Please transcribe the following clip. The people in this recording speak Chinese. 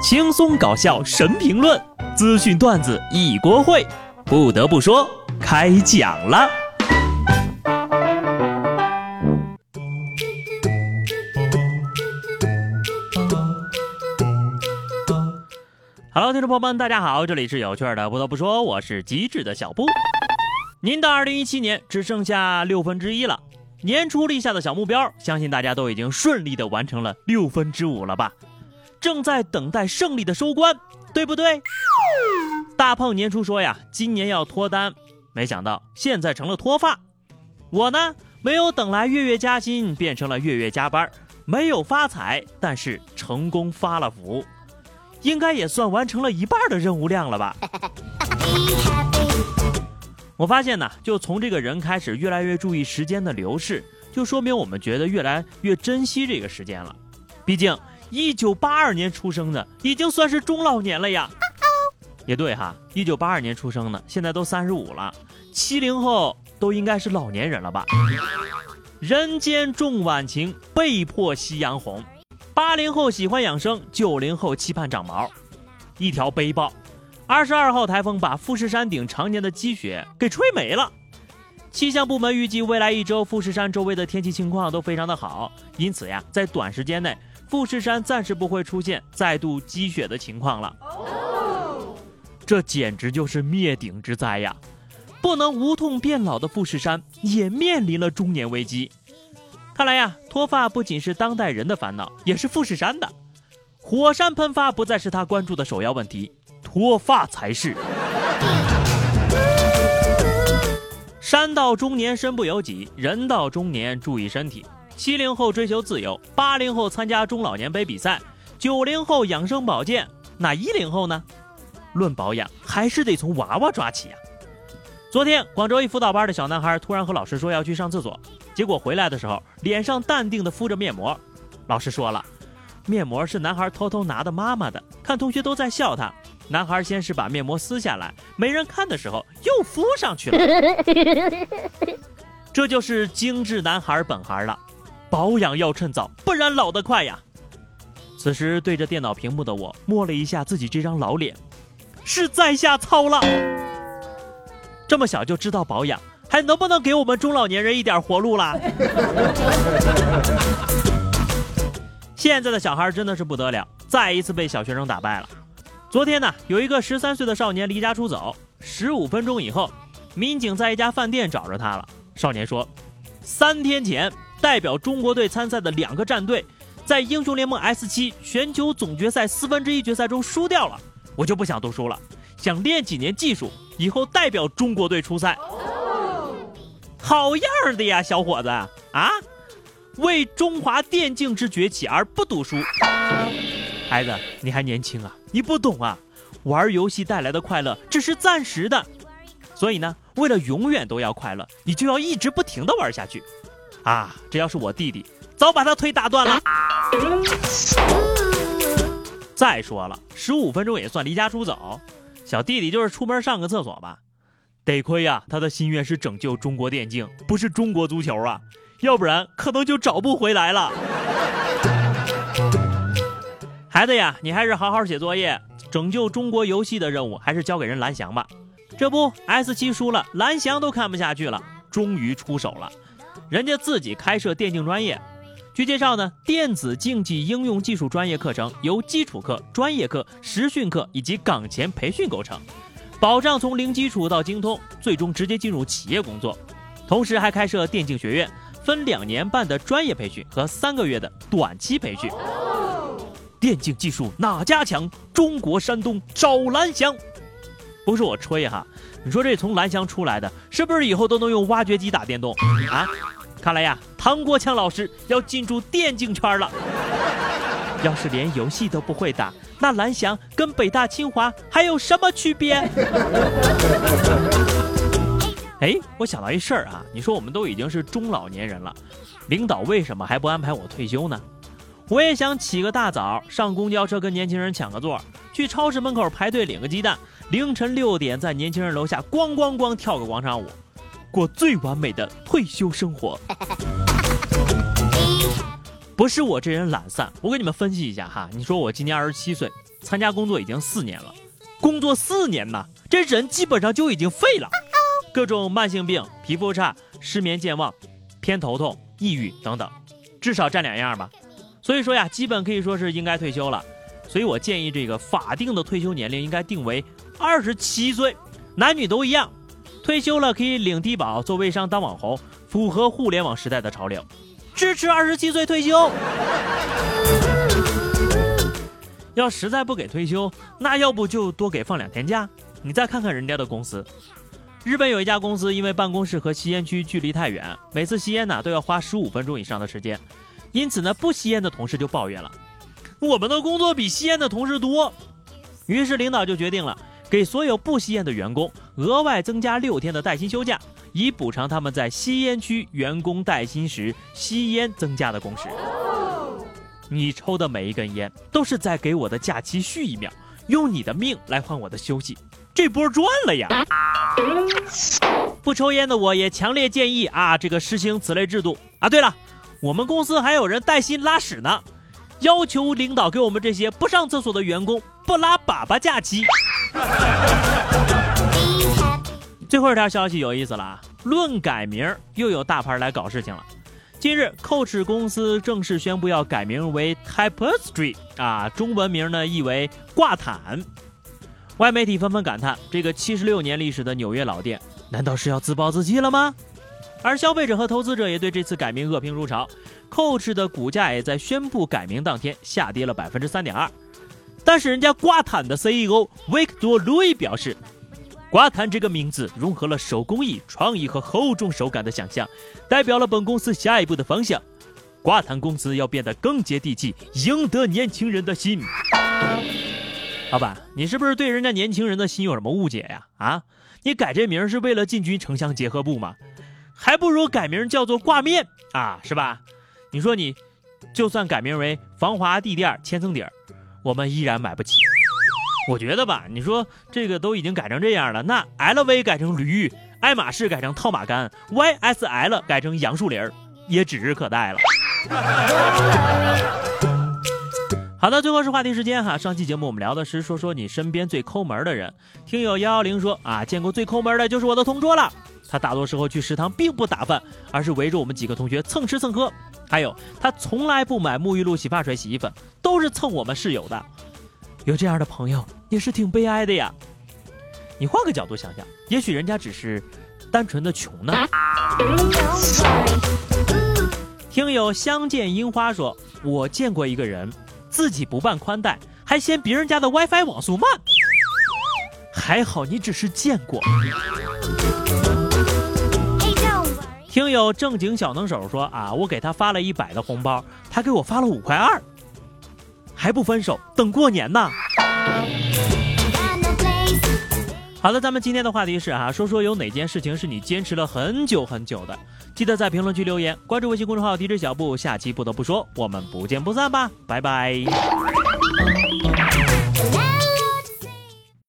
轻松搞笑神评论，资讯段子一锅烩。不得不说，开讲了。Hello， 听众朋友们，大家好，这里是有趣的。不得不说，我是机智的小布。您的2017年只剩下1/6了，年初立下的小目标，相信大家都已经顺利的完成了5/6了吧？正在等待胜利的收官，对不对？大胖年初说呀，今年要脱单，没想到现在成了脱发。我呢，没有等来月月加薪，变成了月月加班，没有发财，但是成功发了福，应该也算完成了一半的任务量了吧。我发现呢，就从这个人开始越来越注意时间的流逝，就说明我们觉得越来越珍惜这个时间了。毕竟1982年出生的已经算是中老年了呀。也对哈，1982年出生的现在都35了，70后都应该是老年人了吧。人间重晚晴，被迫夕阳红。80后喜欢养生，90后期盼长毛。一条悲报，22号台风把富士山顶常年的积雪给吹没了。气象部门预计未来1周富士山周围的天气情况都非常的好，因此呀，在短时间内富士山暂时不会出现再度积雪的情况了。这简直就是灭顶之灾呀！不能无痛变老的富士山也面临了中年危机。看来呀，脱发不仅是当代人的烦恼，也是富士山的。火山喷发不再是他关注的首要问题，脱发才是。山到中年身不由己，人到中年注意身体。70后追求自由，80后参加中老年杯比赛，90后养生保健，那10后呢？论保养还是得从娃娃抓起啊。昨天广州一辅导班的小男孩突然和老师说要去上厕所，结果回来的时候脸上淡定地敷着面膜。老师说了，面膜是男孩偷偷拿的妈妈的，看同学都在笑他，男孩先是把面膜撕下来，没人看的时候又敷上去了。这就是精致男孩本孩了，保养要趁早，不然老得快呀。此时对着电脑屏幕的我摸了一下自己这张老脸，是在下操了。这么小就知道保养，还能不能给我们中老年人一点活路啦？现在的小孩真的是不得了，再一次被小学生打败了。昨天呢，有一个13岁的少年离家出走，15分钟以后，民警在一家饭店找着他了。少年说，3天前代表中国队参赛的2个战队在英雄联盟 S7 全球总决赛1/4决赛中输掉了，我就不想读书了，想练几年技术，以后代表中国队出赛。好样的呀，小伙子啊！为中华电竞之崛起而不读书。孩子，你还年轻啊，你不懂啊，玩游戏带来的快乐只是暂时的，所以呢，为了永远都要快乐，你就要一直不停地玩下去啊！这要是我弟弟，早把他腿打断了。再说了，15分钟也算离家出走，小弟弟就是出门上个厕所吧。得亏呀，他的心愿是拯救中国电竞，不是中国足球啊，要不然可能就找不回来了。孩子呀，你还是好好写作业，拯救中国游戏的任务还是交给人蓝翔吧。这不 S7 输了，蓝翔都看不下去了，终于出手了，人家自己开设电竞专业。据介绍呢，电子竞技应用技术专业课程由基础课、专业课、实训课以及岗前培训构成，保障从零基础到精通，最终直接进入企业工作。同时还开设电竞学院，分2年半的专业培训和3个月的短期培训。电竞技术哪家强？中国山东找蓝翔。不是我吹哈，你说这从蓝翔出来的，是不是以后都能用挖掘机打电动啊？看来呀，唐国强老师要进驻电竞圈了。要是连游戏都不会打，那蓝翔跟北大清华还有什么区别？我想到一事儿啊，你说我们都已经是中老年人了，领导为什么还不安排我退休呢？我也想起个大早，上公交车跟年轻人抢个座，去超市门口排队领个鸡蛋，凌晨6点在年轻人楼下咣咣咣跳个广场舞，过最完美的退休生活。 不是我这人懒散，我给你们分析一下哈。你说我今年27岁，参加工作已经4年了，工作4年呢，这人基本上就已经废了，各种慢性病、皮肤差、失眠、健忘、偏头痛、抑郁等等，至少占2样吧。所以说呀，基本可以说是应该退休了。所以我建议这个法定的退休年龄应该定为27岁，男女都一样。退休了可以领低保，做微商当网红，符合互联网时代的潮流。支持27岁退休。要实在不给退休，那要不就多给放2天假。你再看看人家的公司，日本有一家公司，因为办公室和吸烟区距离太远，每次吸烟呢都要花15分钟以上的时间，因此呢不吸烟的同事就抱怨了，我们的工作比吸烟的同事多。于是领导就决定了，给所有不吸烟的员工额外增加6天的带薪休假，以补偿他们在吸烟区员工带薪时吸烟增加的工时。你抽的每一根烟都是在给我的假期续1秒，用你的命来换我的休息，这波赚了呀！不抽烟的我也强烈建议这个实行此类制度啊。对了，我们公司还有人带薪拉屎呢，要求领导给我们这些不上厕所的员工不拉粑粑假期。最后一条消息有意思了，论改名又有大牌来搞事情了。近日 Coach 公司正式宣布要改名为 Tapestry 中文名呢译为挂毯。外媒体纷纷感叹，这个76年历史的纽约老店难道是要自暴自弃了吗？而消费者和投资者也对这次改名恶评如潮， Coach 的股价也在宣布改名当天下跌了 3.2%。 但是人家挂毯的 CEO Victor Louis 表示，挂毯这个名字融合了手工艺、创意和厚重手感的想象，代表了本公司下一步的方向。挂毯公司要变得更接地气，赢得年轻人的心。老板，你是不是对人家年轻人的心有什么误解呀？你改这名是为了进军城乡结合部吗？还不如改名叫做挂面是吧？你说你就算改名为防滑地垫千层底，我们依然买不起。我觉得吧，你说这个都已经改成这样了，那 LV 改成驴，爱马仕改成套马杆， YSL 改成杨树林，也指日可待了。好的，最后是话题时间哈。上期节目我们聊的是说你身边最抠门的人。听友110说见过最抠门的就是我的同桌了。他大多时候去食堂并不打饭，而是围着我们几个同学蹭吃蹭喝。还有他从来不买沐浴露、洗发水、洗衣粉，都是蹭我们室友的。有这样的朋友也是挺悲哀的呀。你换个角度想想，也许人家只是单纯的穷呢。听友相见樱花说，我见过一个人自己不办宽带，还嫌别人家的 WiFi 网速慢。还好你只是见过。听友正经小能手说我给他发了100的红包，他给我发了5块2，还不分手，等过年呢。好的，咱们今天的话题是说有哪件事情是你坚持了很久很久的，记得在评论区留言，关注微信公众号DJ 小布，下期不得不说，我们不见不散吧，拜拜。